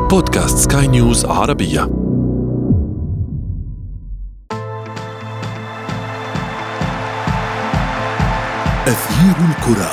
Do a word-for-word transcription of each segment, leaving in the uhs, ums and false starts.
بودكاست سكاي نيوز عربية. أثير الكرة.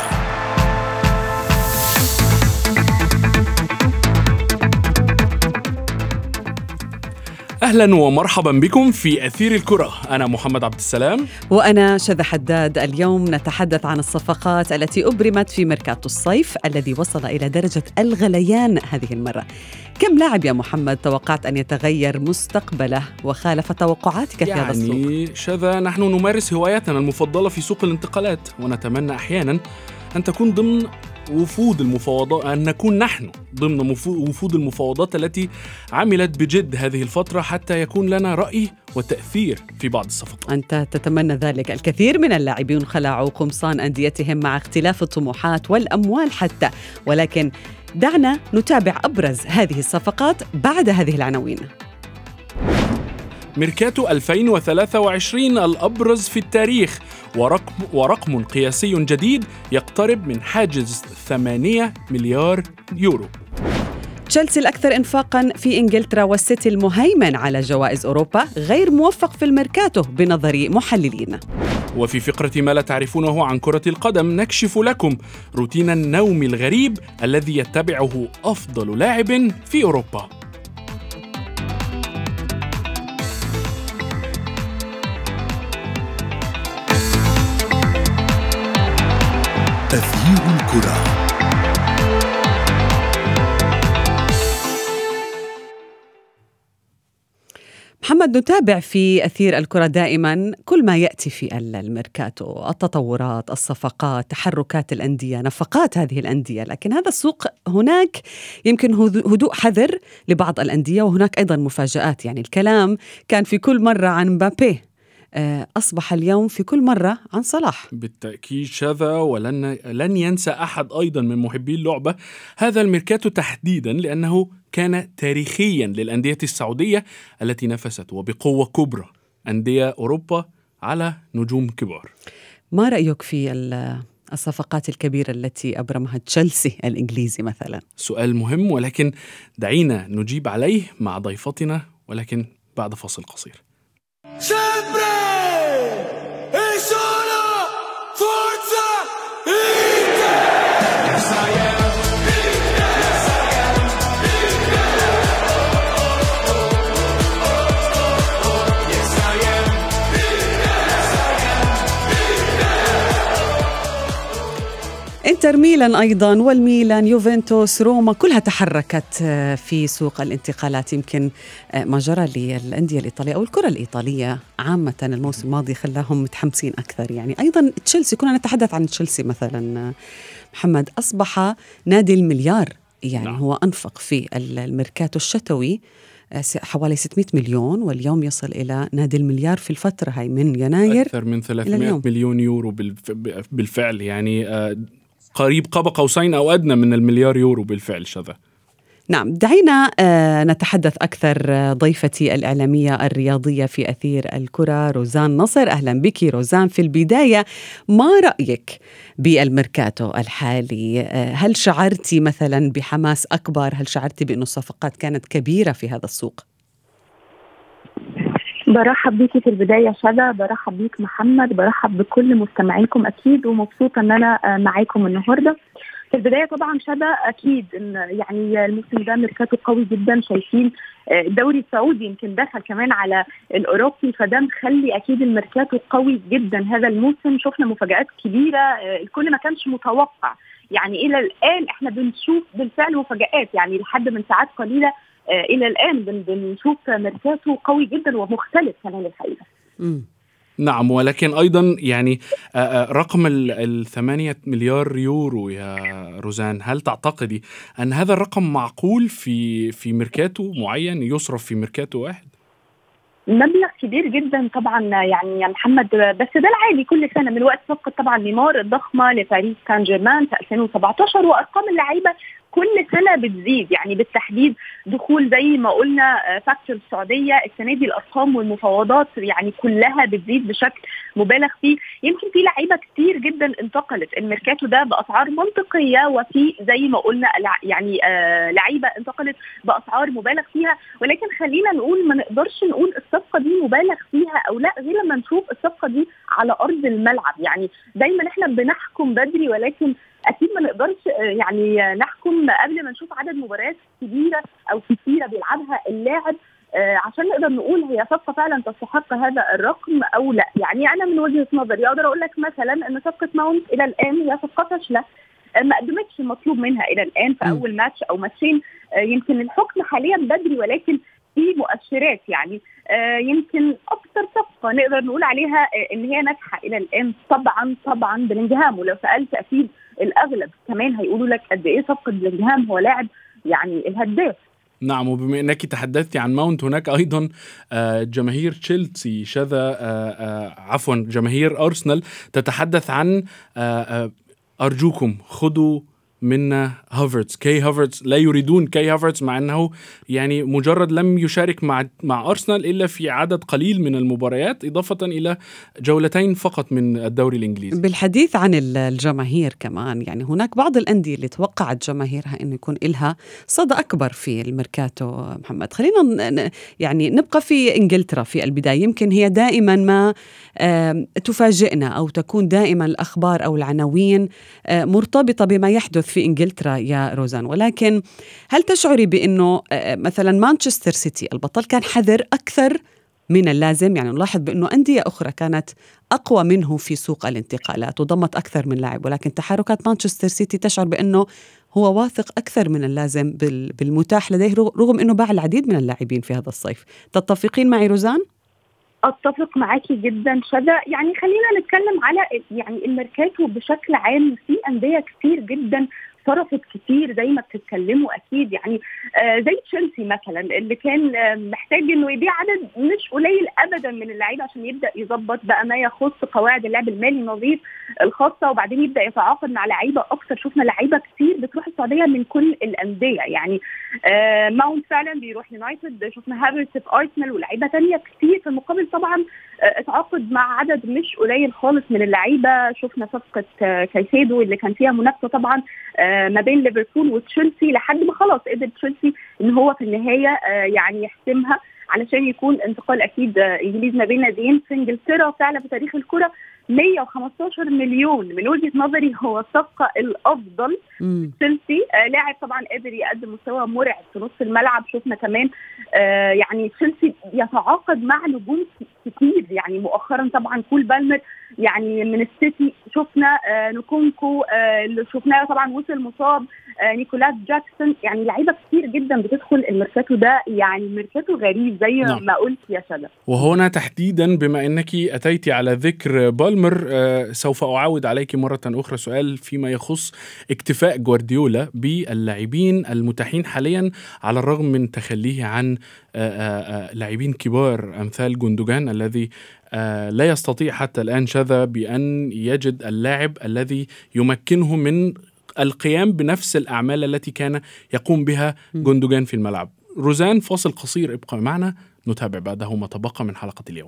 أهلا ومرحبا بكم في أثير الكرة. أنا محمد عبد السلام وأنا شذى حداد. اليوم نتحدث عن الصفقات التي أبرمت في ميركاتو الصيف الذي وصل إلى درجة الغليان هذه المرة. كم لاعب يا محمد توقعت أن يتغير مستقبله وخالف توقعاتك في يعني هذا السوق؟ يعني شذى، نحن نمارس هوايتنا المفضلة في سوق الانتقالات، ونتمنى أحيانا أن تكون ضمن وفود المفاوضات أن نكون نحن ضمن وفود المفاوضات التي عملت بجد هذه الفترة حتى يكون لنا رأي وتأثير في بعض الصفقات. أنت تتمنى ذلك. الكثير من اللاعبين خلعوا قمصان أنديتهم مع اختلاف الطموحات والأموال حتى، ولكن دعنا نتابع أبرز هذه الصفقات بعد هذه العناوين. ميركاتو ألفين وثلاثة وعشرين الأبرز في التاريخ، ورقم, ورقم قياسي جديد يقترب من حاجز ثمانية مليار يورو. تشيلسي الأكثر إنفاقاً في إنجلترا والسيتي المهيمن على جوائز أوروبا غير موفق في الميركاتو بنظر محللين. وفي فقرة ما لا تعرفونه عن كرة القدم نكشف لكم روتين النوم الغريب الذي يتبعه أفضل لاعب في أوروبا. أثير الكرة. محمد، نتابع في أثير الكرة دائما كل ما يأتي في الميركاتو، التطورات، الصفقات، تحركات الأندية، نفقات هذه الأندية، لكن هذا السوق هناك يمكن هدوء حذر لبعض الأندية، وهناك أيضا مفاجآت. يعني الكلام كان في كل مرة عن مبابي، أصبح اليوم في كل مرة عن صلاح. بالتأكيد شذا، ولن لن ينسى أحد أيضا من محبي اللعبة هذا الميركاتو تحديدا، لأنه كان تاريخيا للأندية السعودية التي نفست وبقوة كبرى أندية أوروبا على نجوم كبار. ما رأيك في الصفقات الكبيرة التي أبرمها تشيلسي الإنجليزي مثلا؟ سؤال مهم، ولكن دعينا نجيب عليه مع ضيفتنا، ولكن بعد فاصل قصير. انتر ميلان أيضا، والميلان، يوفنتوس، روما، كلها تحركت في سوق الانتقالات. يمكن ما جرى للأندية الإيطالية أو الكرة الإيطالية عامة الموسم الماضي خلاهم متحمسين أكثر. يعني أيضا تشيلسي، كنا نتحدث عن تشيلسي مثلا محمد، أصبح نادي المليار. يعني نعم. هو أنفق في الميركاتو الشتوي حوالي ستمائة مليون، واليوم يصل إلى نادي المليار في الفترة هاي من يناير أكثر من ثلاثمائة مليون يورو بالفعل. يعني قريب قاب قوسين أو أدنى من المليار يورو بالفعل شذا. نعم، دعينا نتحدث أكثر. ضيفتي الإعلامية الرياضية في أثير الكرة روزان نصر. أهلا بك روزان. في البداية، ما رأيك بالميركاتو الحالي؟ هل شعرتي مثلا بحماس أكبر؟ هل شعرتي بأن الصفقات كانت كبيرة في هذا السوق؟ برحب بيكي في البداية شذا، برحب بيك محمد، برحب بكل مستمعينكم أكيد، ومبسوطة أن أنا معاكم النهاردة. في البداية طبعا شذا أكيد إن يعني الموسم ده ميركاتو قوي جدا. شايفين الدوري السعودي يمكن دخل كمان على الأوروبي، فده مخلي أكيد الميركاتو قوي جدا هذا الموسم. شفنا مفاجآت كبيرة الكل ما كانش متوقع. يعني إلى الآن إحنا بنشوف بالفعل مفاجآت، يعني لحد من ساعات قليلة إلى الآن بنشوف ميركاتو قوي جدا ومختلف كمان الحقيقة. م. نعم، ولكن أيضا يعني رقم الثمانية مليار يورو يا روزان، هل تعتقدي أن هذا الرقم معقول في في ميركاتو معين يصرف في ميركاتو واحد؟ مبلغ كبير جدا طبعا يعني يا محمد، بس ده العادي كل سنة من وقت صفقة طبعا نيمار الضخمة لباريس سان جيرمان في ألفين وسبعة عشر، وأرقام اللعيبة كل سنه بتزيد، يعني بالتحديد دخول زي ما قلنا فاكتور السعوديه السنه دي، الارقام والمفاوضات يعني كلها بتزيد بشكل مبالغ فيه. يمكن في لعيبه كتير جدا انتقلت الميركاتو ده باسعار منطقيه، وفي زي ما قلنا يعني آه لعيبه انتقلت باسعار مبالغ فيها، ولكن خلينا نقول ما نقدرش نقول الصفقه دي مبالغ فيها او لا غير لما نشوف الصفقه دي على ارض الملعب. يعني دايما احنا بنحكم بدري، ولكن اكيد ما نقدرش يعني نحكم قبل ما نشوف عدد مباريات كبيره او كثيره بيلعبها اللاعب عشان نقدر نقول هي صفقه فعلا تستحق هذا الرقم او لا. يعني انا من وجهه نظري اقدر اقول لك مثلا ان صفقه ماونت الى الان هي صفقه فاشله، ما قدمتش المطلوب منها الى الان في اول ماتش او ماتشين. يمكن الحكم حاليا بدري، ولكن في مؤشرات يعني يمكن اكثر صفقه نقدر نقول عليها ان هي ناجحه الى الان طبعا طبعا بلينجهام. ولو سالت اكيد الاغلب كمان هيقولوا لك قد ايه صفقه بلينجهام هو لاعب يعني الهداف. نعم، وبما أنك تحدثتي عن ماونت، هناك أيضا جماهير تشيلسي شذا عفوا جماهير أرسنال تتحدث عن أرجوكم خذوا منا هافرتز، كي هافرتز. لا يريدون كي هافرتز مع أنه يعني مجرد لم يشارك مع مع أرسنال إلا في عدد قليل من المباريات، إضافة إلى جولتين فقط من الدوري الإنجليزي. بالحديث عن الجماهير كمان، يعني هناك بعض الأندية اللي توقعت جماهيرها إنه يكون إلها صدى أكبر في الميركاتو. محمد، خلينا يعني نبقى في إنجلترا في البداية. يمكن هي دائما ما تفاجئنا أو تكون دائما الأخبار أو العناوين مرتبطة بما يحدث في إنجلترا يا روزان، ولكن هل تشعري بأنه مثلا مانشستر سيتي البطل كان حذر أكثر من اللازم؟ يعني نلاحظ بأنه أندية أخرى كانت أقوى منه في سوق الانتقالات وضمت أكثر من لاعب، ولكن تحركات مانشستر سيتي تشعر بأنه هو واثق أكثر من اللازم بالمتاح لديه رغم أنه باع العديد من اللاعبين في هذا الصيف. تتفقين معي روزان؟ اتفق معاكي جدا شذا. يعني خلينا نتكلم على يعني الميركاتو بشكل عام. في انديه كتير جدا صرفت كتير زي ما بتتكلموا اكيد، يعني آه زي تشيلسي مثلا اللي كان آه محتاج انه يبيع عدد مش قليل ابدا من اللعيبه عشان يبدا يظبط بقى ما يخص قواعد اللعب المالي النظيف الخاصه، وبعدين يبدا يتعاقد مع لعيبه اكثر. شفنا لعيبه كتير بتروح السعوديه من كل الانديه، يعني آه ماونت فعلا بيروح يونايتد، شفنا هافرتز في ارسنال ولاعيبه ثانيه كتير. في المقابل طبعا آه اتعاقد مع عدد مش قليل خالص من اللعيبه. شفنا صفقه آه كايسيدو اللي كان فيها منافسه طبعا آه ما بين ليفربول وتشيلسي، لحد ما خلاص قدر تشيلسي ان هو في النهايه آه يعني يحسمها علشان يكون انتقال اكيد آه انجليزي ما بين ناديين في انجلترا. فعلا في تاريخ الكره مية وخمستاشر مليون من وجهه نظري هو الصفقه الافضل. تشيلسي آه لاعب طبعا قادر يقدم مستوى مرعب في نص الملعب. شفنا كمان آه يعني تشيلسي يتعاقد مع نجوم كتير، يعني مؤخرا طبعا كول بالمر يعني من السيتي، شفنا آه نكونكو آه اللي شفناه طبعا وصل مصاب، آه نيكولاس جاكسون. يعني لعيبه كتير جدا بتدخل الميركاتو ده، يعني ميركاتو غريب زي نعم. ما قلت يا شذا. وهنا تحديدا بما انك اتيتي على ذكر بالمر، آه سوف اعاود عليك مره اخرى سؤال فيما يخص اكتفاء جوارديولا باللاعبين المتاحين حاليا على الرغم من تخليه عن آه آه لاعبين كبار امثال جوندوجان الذي آه لا يستطيع حتى الآن شذا بأن يجد اللاعب الذي يمكنه من القيام بنفس الأعمال التي كان يقوم بها جوندوجان في الملعب. روزان، فاصل قصير، ابقى معنا نتابع بعده ما تبقى من حلقة اليوم.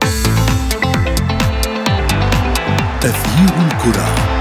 تغيير الكرة.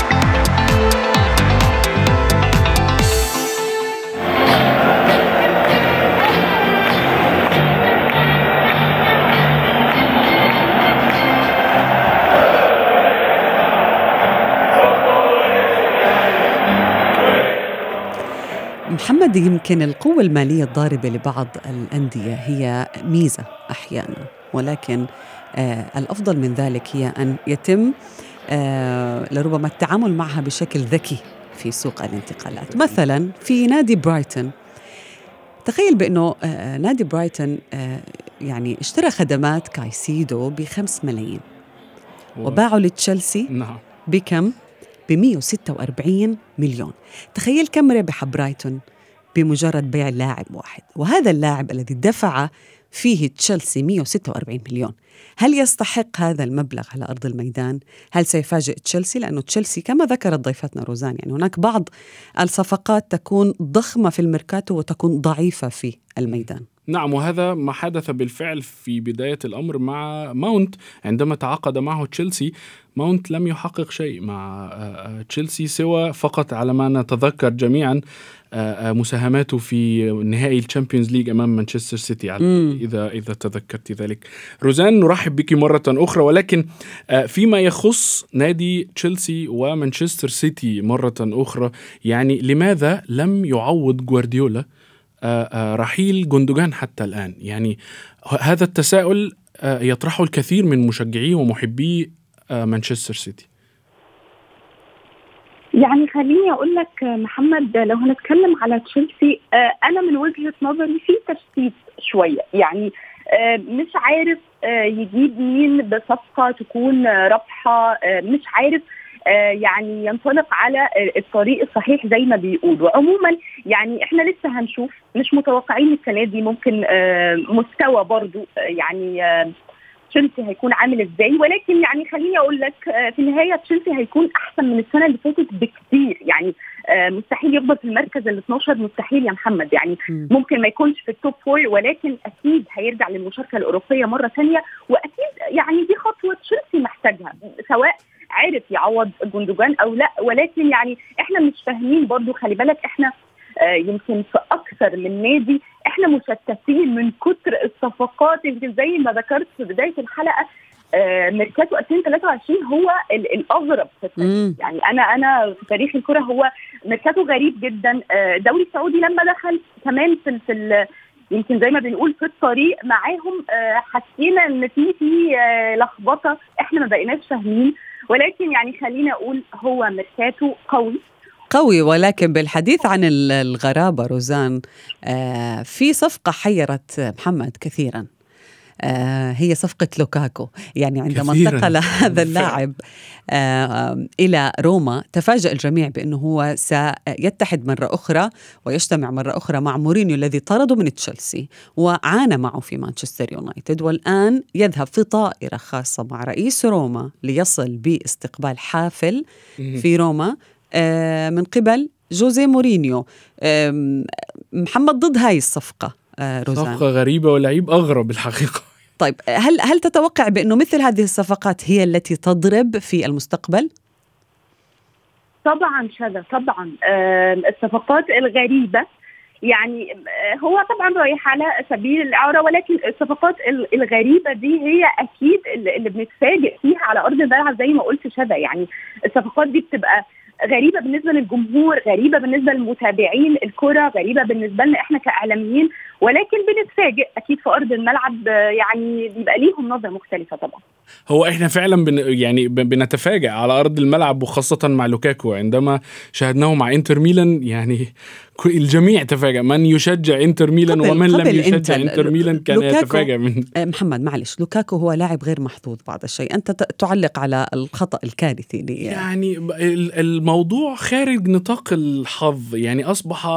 محمد، يمكن القوة المالية الضاربة لبعض الأندية هي ميزة أحيانا، ولكن آه الأفضل من ذلك هي أن يتم آه لربما التعامل معها بشكل ذكي في سوق الانتقالات. مثلا في نادي برايتون، تخيل بأنه آه نادي برايتون آه يعني اشترى خدمات كايسيدو بخمس ملايين وباعوا لتشيلسي نعم بكم؟ بمية وستة وأربعين مليون. تخيل كم ربح برايتون بمجرد بيع لاعب واحد، وهذا اللاعب الذي دفع فيه تشيلسي مية وستة وأربعين مليون. هل يستحق هذا المبلغ على أرض الميدان؟ هل سيفاجئ تشيلسي؟ لأنه تشيلسي كما ذكرت ضيفتنا روزان يعني هناك بعض الصفقات تكون ضخمة في الميركاتو وتكون ضعيفة في الميدان. نعم، وهذا ما حدث بالفعل في بداية الأمر مع ماونت عندما تعاقد معه تشيلسي. ماونت لم يحقق شيء مع تشيلسي سوى فقط على ما نتذكر جميعا مساهماته في نهائي الشامبيونز ليج أمام مانشستر سيتي إذا إذا تذكرت ذلك. روزان، نرحب بك مرة أخرى، ولكن فيما يخص نادي تشيلسي ومانشستر سيتي مرة أخرى، يعني لماذا لم يعوض غوارديولا رحيل جوندوجان حتى الآن؟ يعني هذا التساؤل يطرحه الكثير من مشجعي ومحبي مانشستر سيتي. يعني خليني أقول لك محمد، لو هنتكلم على تشيلسي أنا من وجهة نظري في تشتيت شوية، يعني مش عارف يجيب مين بصفقة تكون رابحة، مش عارف يعني ينطلق على الطريق الصحيح زي ما بيقولوا. عموما يعني احنا لسه هنشوف، مش متوقعين السنة دي ممكن مستوى برضو يعني تشيلسي هيكون عامل ازاي، ولكن يعني خليني اقول لك في النهاية تشيلسي هيكون احسن من السنة اللي فاتت بكتير. يعني مستحيل يفضل في المركز ال اثناشر، مستحيل يا محمد، يعني ممكن ما يكونش في التوب فور، ولكن اكيد هيرجع للمشاركة الأوروبية مرة ثانية، واكيد يعني دي خطوة تشيلسي محتاجها، سواء عارف يعوض جوندوجان او لا. ولكن يعني احنا مش فاهمين برضو، خلي بالك احنا آه يمكن في اكثر من نادي احنا مشتتين من كتر الصفقات. يمكن زي ما ذكرت في بداية الحلقة آه ميركاتو ألفين وثلاثة وعشرين هو الاغرب في التاريخ. يعني انا انا في تاريخ الكرة هو ميركاتو غريب جدا. آه الدوري السعودي لما دخل كمان في في يمكن زي ما بنقول في الطريق معاهم آه حسينا ان في في آه لخبطة، احنا ما بقيناش فاهمين. ولكن يعني خلينا أقول هو ميركاتو قوي قوي. ولكن بالحديث عن الغرابة روزان، آه في صفقة حيرت محمد كثيرا، آه هي صفقة لوكاكو. يعني عندما انتقل هذا اللاعب آه إلى روما تفاجأ الجميع بأنه هو سيتحد مرة أخرى ويجتمع مرة أخرى مع مورينيو الذي طرده من تشيلسي وعانى معه في مانشستر يونايتد، والآن يذهب في طائرة خاصة مع رئيس روما ليصل باستقبال حافل في روما آه من قبل جوزيه مورينيو. آه محمد ضد هاي الصفقة آه روزان. صفقة غريبة ولعيب أغرب الحقيقة. طيب هل هل تتوقع بأنه مثل هذه الصفقات هي التي تضرب في المستقبل؟ طبعا شذا طبعا آه الصفقات الغريبة يعني هو طبعا رايح على سبيل الإعارة، ولكن الصفقات الغريبة دي هي أكيد اللي بنتفاجئ فيها على أرض الملعب زي ما قلت شذا. يعني الصفقات دي بتبقى غريبة بالنسبة للجمهور، غريبة بالنسبة للمتابعين الكرة، غريبة بالنسبة لنا احنا كإعلاميين، ولكن بنتفاجئ أكيد في أرض الملعب. يعني بيبقى ليهم نظرة مختلفة طبعا. هو احنا فعلا بن يعني بنتفاجئ على أرض الملعب، وخاصة مع لوكاكو عندما شاهدناه مع انتر ميلان. يعني الجميع تفاجأ، من يشجع انتر ميلان قبل ومن قبل لم يشجع انتر, انتر ميلان كان يتفاجأ من محمد. معلش، لوكاكو هو لاعب غير محظوظ بعض الشيء، أنت تعلق على الخطأ الكارثي لي. يعني الموضوع خارج نطاق الحظ، يعني أصبح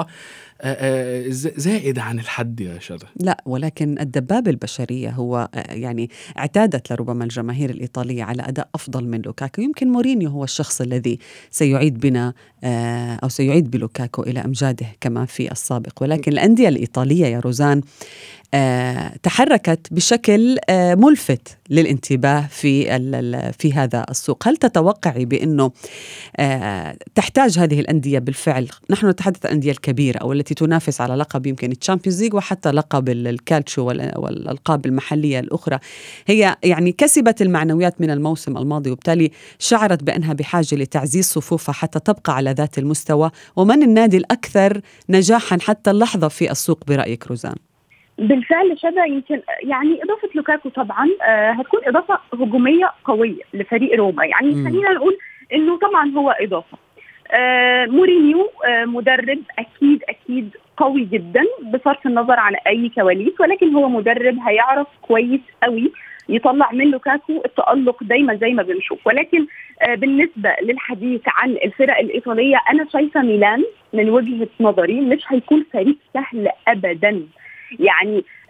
زائد عن الحد يا شذا. لا، ولكن الدبابة البشرية هو يعني اعتادت لربما الجماهير الإيطالية على أداء أفضل من لوكاكو. يمكن مورينيو هو الشخص الذي سيعيد بنا أو سيعيد بلوكاكو إلى أمجاده كما في السابق، ولكن الأندية الإيطالية يا روزان آه، تحركت بشكل آه، ملفت للانتباه في في هذا السوق. هل تتوقعي بأنه آه، تحتاج هذه الأندية بالفعل؟ نحن نتحدث عن الأندية الكبيرة أو التي تنافس على لقب يمكن الشامبيونز ليج وحتى لقب الكالتشو والألقاب المحلية الأخرى. هي يعني كسبت المعنويات من الموسم الماضي، وبالتالي شعرت بأنها بحاجة لتعزيز صفوفها حتى تبقى على ذات المستوى. ومن النادي الأكثر نجاحا حتى اللحظة في السوق برأيك روزان؟ بالفعل شذا، يمكن يعني إضافة لوكاكو طبعا آه هتكون إضافة هجومية قوية لفريق روما. يعني م. خلينا نقول إنه طبعا هو إضافة. آه مورينيو آه مدرب أكيد أكيد قوي جدا بصرف النظر عن أي كواليس، ولكن هو مدرب هيعرف كويس قوي يطلع من لوكاكو التألق دايما زي ما بنشوف. ولكن آه بالنسبة للحديث عن الفرق الإيطالية، أنا شايفة ميلان من وجهة نظري مش هيكون فريق سهل أبدا. يعني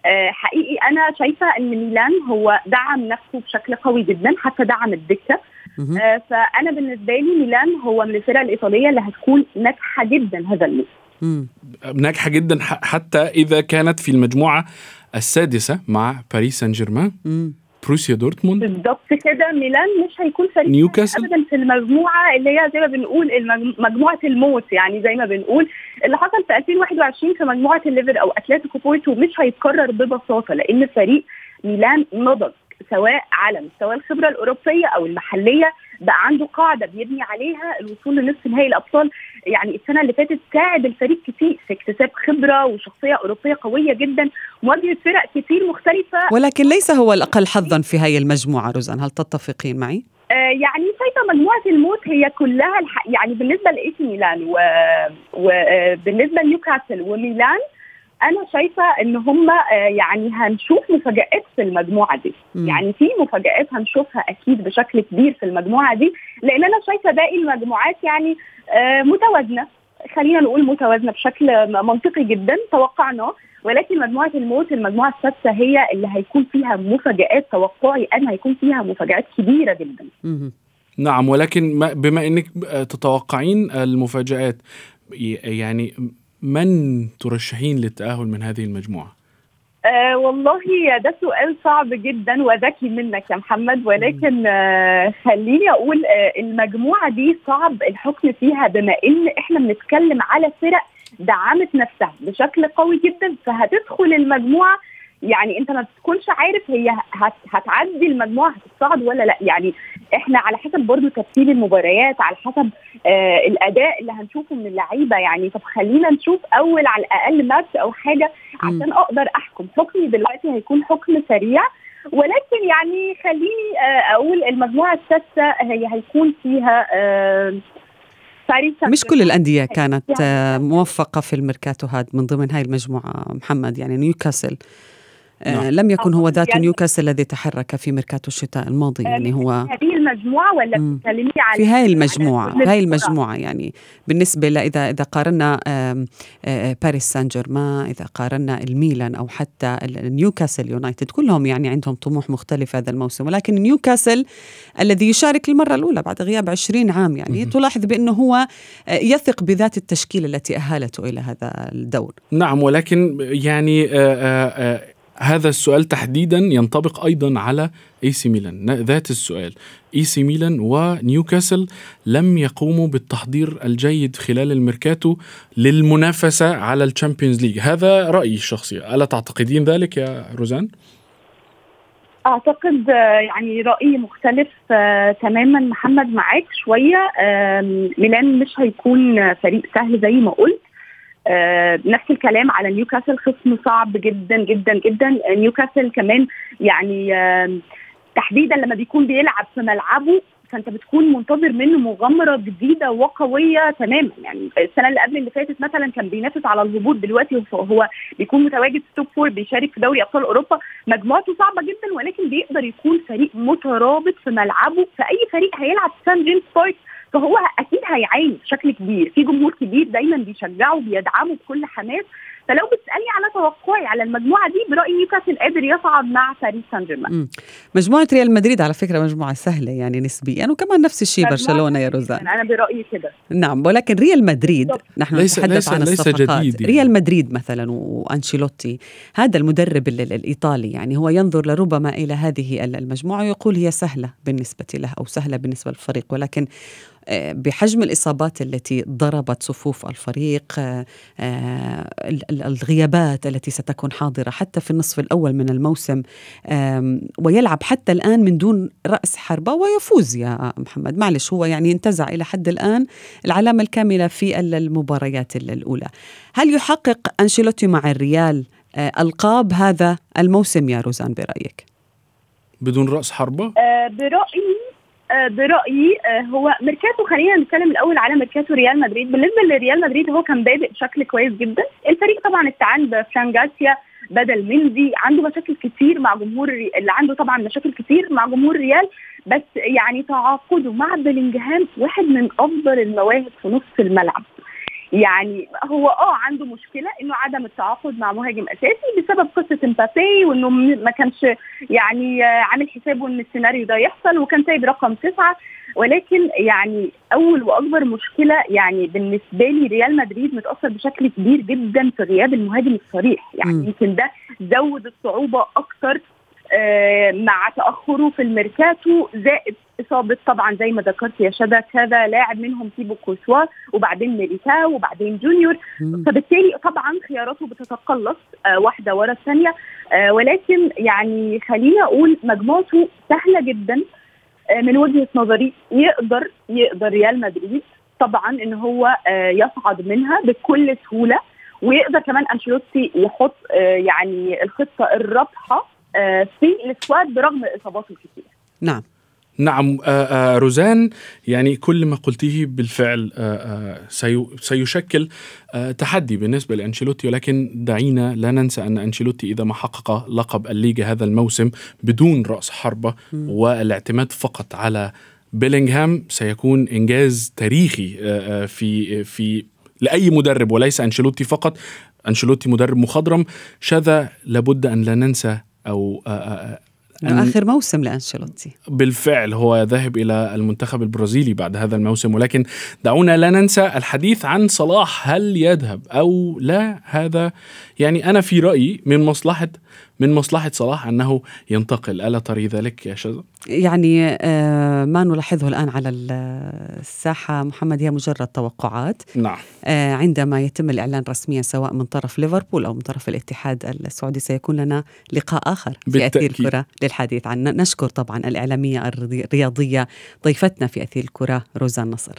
حقيقي أنا شايفة أن ميلان هو دعم نفسه بشكل قوي جدا، حتى دعم الدكة. فأنا بالنسبة لي ميلان هو من الفرق الإيطالية اللي هتكون ناجحة جدا هذا الموسم، ناجحة جدا حتى إذا كانت في المجموعة السادسة مع باريس سان جيرمان، بروسيا دورتموند. بالضبط كده، ميلان مش هيكون فريق نيوكاسل ابدا في المجموعه اللي هي زي ما بنقول مجموعه الموت، يعني زي ما بنقول اللي حصل في ألفين وواحد وعشرين في مجموعه الليفر او اتلتيكو بورتو مش هيتكرر ببساطه، لان فريق ميلان نضج سواء على مستوى الخبره الاوروبيه او المحليه، بقى عنده قاعده بيبني عليها الوصول لنصف نهائي الابطال. يعني السنه اللي فاتت ساعد الفريق كتير في اكتساب خبره وشخصيه اوروبيه قويه جدا، مواجهه فرق كتير مختلفه. ولكن ليس هو الاقل حظا في هاي المجموعه. روزان، هل تتفقين معي؟ آه يعني شايفه مجموعه الموت هي كلها الح... يعني بالنسبه لاي سي ميلان وبالنسبه لنيوكاسل وميلان، أنا شايفة إن هم يعني هنشوف مفاجآت في المجموعة دي. م. يعني في مفاجآت هنشوفها أكيد بشكل كبير في المجموعة دي، لأن أنا شايفة باقي المجموعات يعني متوازنة، خلينا نقول متوازنة بشكل منطقي جدا توقعناه، ولكن مجموعة الموت المجموعة السادسة هي اللي هيكون فيها مفاجآت. توقعي أنا هيكون فيها مفاجآت كبيرة جدا. م. نعم، ولكن بما أنك تتوقعين المفاجآت، يعني من ترشحين للتأهل من هذه المجموعة؟ آه والله ده سؤال صعب جدا وذكي منك يا محمد، ولكن آه خليني أقول آه المجموعة دي صعب الحكم فيها، بما إن إحنا بنتكلم على فرق دعمت نفسها بشكل قوي جدا، فهتدخل المجموعة يعني انت ما بتكونش عارف هي هت هتعدي المجموعه هتصعد ولا لا. يعني احنا على حسب برضو ترتيب المباريات، على حسب آه الاداء اللي هنشوفه من اللعيبه. يعني طب خلينا نشوف اول على الاقل ماتش او حاجه عشان اقدر احكم. حكمي دلوقتي هيكون حكم سريع، ولكن يعني خليني آه اقول المجموعه السادسه هي هيكون فيها آه مش كل الأندية كانت موفقة في الميركاتو هاد من ضمن هاي المجموعة محمد. يعني نيوكاسل آه لم يكن هو ذات نيوكاسل الذي تحرك في ميركاتو الشتاء الماضي. يعني هو هذه المجموعة ولا بتكلمي على في هاي المجموعة في هاي المجموعة يعني بالنسبة إذا إذا قارنا آه آه باريس سان جيرمان، إذا قارنا الميلان أو حتى نيوكاسل يونايتد، كلهم يعني عندهم طموح مختلف هذا الموسم. ولكن نيوكاسل الذي يشارك للمرة الأولى بعد غياب عشرين عام، يعني م- تلاحظ بأنه هو يثق بذات التشكيلة التي أهلته إلى هذا الدور. نعم، ولكن يعني آه آه آه هذا السؤال تحديدا ينطبق أيضا على اي سي ميلان. ذات السؤال، اي سي ميلان ونيوكاسل لم يقوموا بالتحضير الجيد خلال الميركاتو للمنافسة على الشامبيونز ليج. هذا رأيي الشخصي، ألا تعتقدين ذلك يا روزان؟ أعتقد يعني رأيي مختلف تماما محمد معاك شوية. ميلان مش هيكون فريق سهل زي ما قلت. آه، نفس الكلام على نيوكاسل، خصم صعب جدا جدا جدا. نيوكاسل كمان يعني آه، تحديدا لما بيكون بيلعب في ملعبه فانت بتكون منتظر منه مغامره جديده وقويه تماما. يعني السنه اللي قبل اللي فاتت مثلا كان بينافس على الهبوط، دلوقتي هو بيكون متواجد في توب فور، بيشارك في دوري ابطال اوروبا. مجموعته صعبه جدا، ولكن بيقدر يكون فريق مترابط في ملعبه. فاي فريق هيلعب في سان جيمس بارك فهو اكيد هيعاني بشكل كبير، في جمهور كبير دايما بيشجعه وبيدعمه بكل حماس. فلو بتسألني على توقعي على المجموعة دي، برأيي نيوكاسل قادر يصعد مع باريس سان جيرمان. مجموعة ريال مدريد على فكرة مجموعة سهلة يعني نسبيا، وكمان نفس الشيء برشلونة يا روزان. أنا برأيي كده. نعم، ولكن ريال مدريد طب. نحن ليس نتحدث ليس عن ليس الصفقات. جديد يعني. ريال مدريد مثلا وأنشيلوتي، هذا المدرب الإيطالي، يعني هو ينظر لربما إلى هذه المجموعة ويقول هي سهلة بالنسبة له أو سهلة بالنسبة للفريق، ولكن بحجم الإصابات التي ضربت صفوف الفريق، الغيابات التي ستكون حاضرة حتى في النصف الأول من الموسم، ويلعب حتى الآن من دون رأس حربة ويفوز يا محمد. معلش، هو يعني انتزع إلى حد الآن العلامة الكاملة في المباريات الأولى. هل يحقق أنشيلوتي مع الريال ألقاب هذا الموسم يا روزان برأيك؟ بدون رأس حربة؟ أه برأيي برأيي هو ميركاتو. خلينا نتكلم الأول على ميركاتو ريال مدريد. بالنسبة لريال مدريد هو كان بادئ بشكل كويس جدا. الفريق طبعا استعان بفران جارسيا بدل مندي، عنده مشاكل كتير مع جمهور اللي عنده طبعا مشاكل كتير مع جمهور ريال، بس يعني تعاقده مع بلينجهام واحد من أفضل المواهب في نصف الملعب. يعني هو اه عنده مشكله انه عدم التعاقد مع مهاجم اساسي بسبب قصه امبابي، وانه ما كانش يعني عامل حسابه ان السيناريو ده يحصل، وكان سايب رقم تسعه. ولكن يعني اول واكبر مشكله يعني بالنسبه لي ريال مدريد متاثر بشكل كبير جدا في غياب المهاجم الصريح، يعني يمكن ده زود الصعوبه اكتر آه مع تاخره في الميركاتو، زائد اصابه طبعا زي ما ذكرت يا شذا كذا لاعب منهم تيبو كورتوا وبعدين ميليتاو وبعدين جونيور، فبالتالي طبعا خياراته بتتقلص آه واحده ورا الثانيه. آه ولكن يعني خليني اقول مجموعته سهله جدا من وجهة نظري، يقدر يقدر ريال مدريد طبعا ان هو يصعد منها بكل سهولة، ويقدر كمان أنشيلوتي يحط يعني الخطة الرابحة في السكواد برغم إصاباته الكثيرة. نعم نعم آه آه روزان، يعني كل ما قلتيه بالفعل آه آه سيو سيشكل آه تحدي بالنسبة لأنشيلوتي، ولكن دعينا لا ننسى أن أنشيلوتي إذا ما حقق لقب الليغا هذا الموسم بدون رأس حربة م. والاعتماد فقط على بيلينغهام سيكون إنجاز تاريخي آه آه في في لأي مدرب وليس أنشيلوتي فقط. أنشيلوتي مدرب مخضرم. شذا لابد أن لا ننسى أو آه آه آخر موسم لأنشيلوتي بالفعل هو ذاهب إلى المنتخب البرازيلي بعد هذا الموسم، ولكن دعونا لا ننسى الحديث عن صلاح، هل يذهب أو لا؟ هذا يعني أنا في رأيي من مصلحة من مصلحة صلاح أنه ينتقل، ألا ترى ذلك يا شذا؟ يعني آه ما نلاحظه الآن على الساحة محمد هي مجرد توقعات. نعم. آه عندما يتم الإعلان رسميا سواء من طرف ليفربول أو من طرف الاتحاد السعودي سيكون لنا لقاء آخر في أثير الكرة للحديث عنه. نشكر طبعا الإعلامية الرياضية ضيفتنا في أثير الكرة روزان نصر.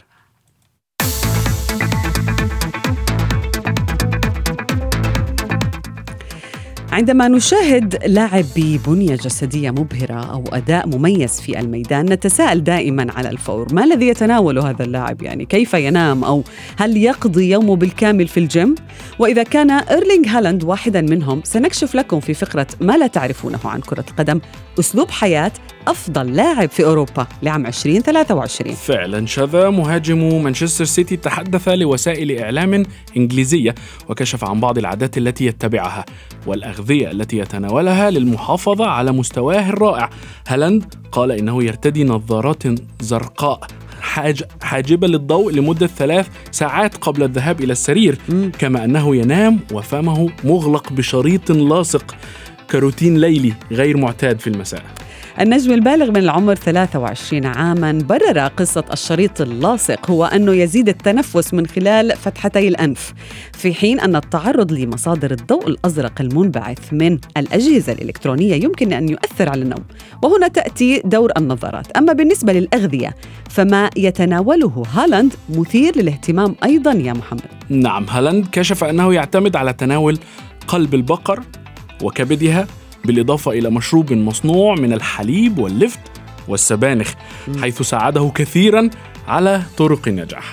عندما نشاهد لاعب ببنية جسدية مبهرة أو أداء مميز في الميدان نتساءل دائما على الفور ما الذي يتناوله هذا اللاعب؟ يعني كيف ينام أو هل يقضي يومه بالكامل في الجيم؟ وإذا كان إيرلينغ هالاند واحدا منهم سنكشف لكم في فقرة ما لا تعرفونه عن كرة القدم أسلوب حياة أفضل لاعب في أوروبا لعام عشرين ثلاثة وعشرين. فعلا شذا مهاجم مانشستر سيتي تحدث لوسائل إعلام إنجليزية وكشف عن بعض العادات التي يتبعها والأغذية التي يتناولها للمحافظة على مستواه الرائع. هالاند قال إنه يرتدي نظارات زرقاء حاج حاجبة للضوء لمدة ثلاث ساعات قبل الذهاب إلى السرير، كما أنه ينام وفمه مغلق بشريط لاصق كروتين ليلي غير معتاد في المساء. النجم البالغ من العمر ثلاثة وعشرين عاماً برر قصة الشريط اللاصق هو أنه يزيد التنفس من خلال فتحتي الأنف، في حين أن التعرض لمصادر الضوء الأزرق المنبعث من الأجهزة الإلكترونية يمكن أن يؤثر على النوم، وهنا تأتي دور النظارات. أما بالنسبة للأغذية فما يتناوله هالاند مثير للاهتمام أيضاً يا محمد. نعم، هالاند كشف أنه يعتمد على تناول قلب البقر وكبدها بالإضافة إلى مشروب مصنوع من الحليب واللفت والسبانخ، حيث ساعده كثيراً على طرق النجاح.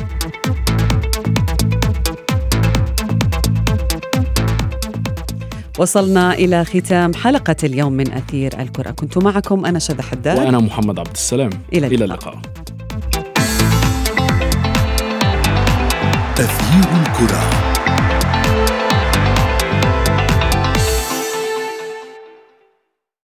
وصلنا إلى ختام حلقة اليوم من أثير الكرة، كنت معكم أنا شذى حداد وأنا محمد عبد السلام. إلى اللقاء, إلى اللقاء. أثير الكرة.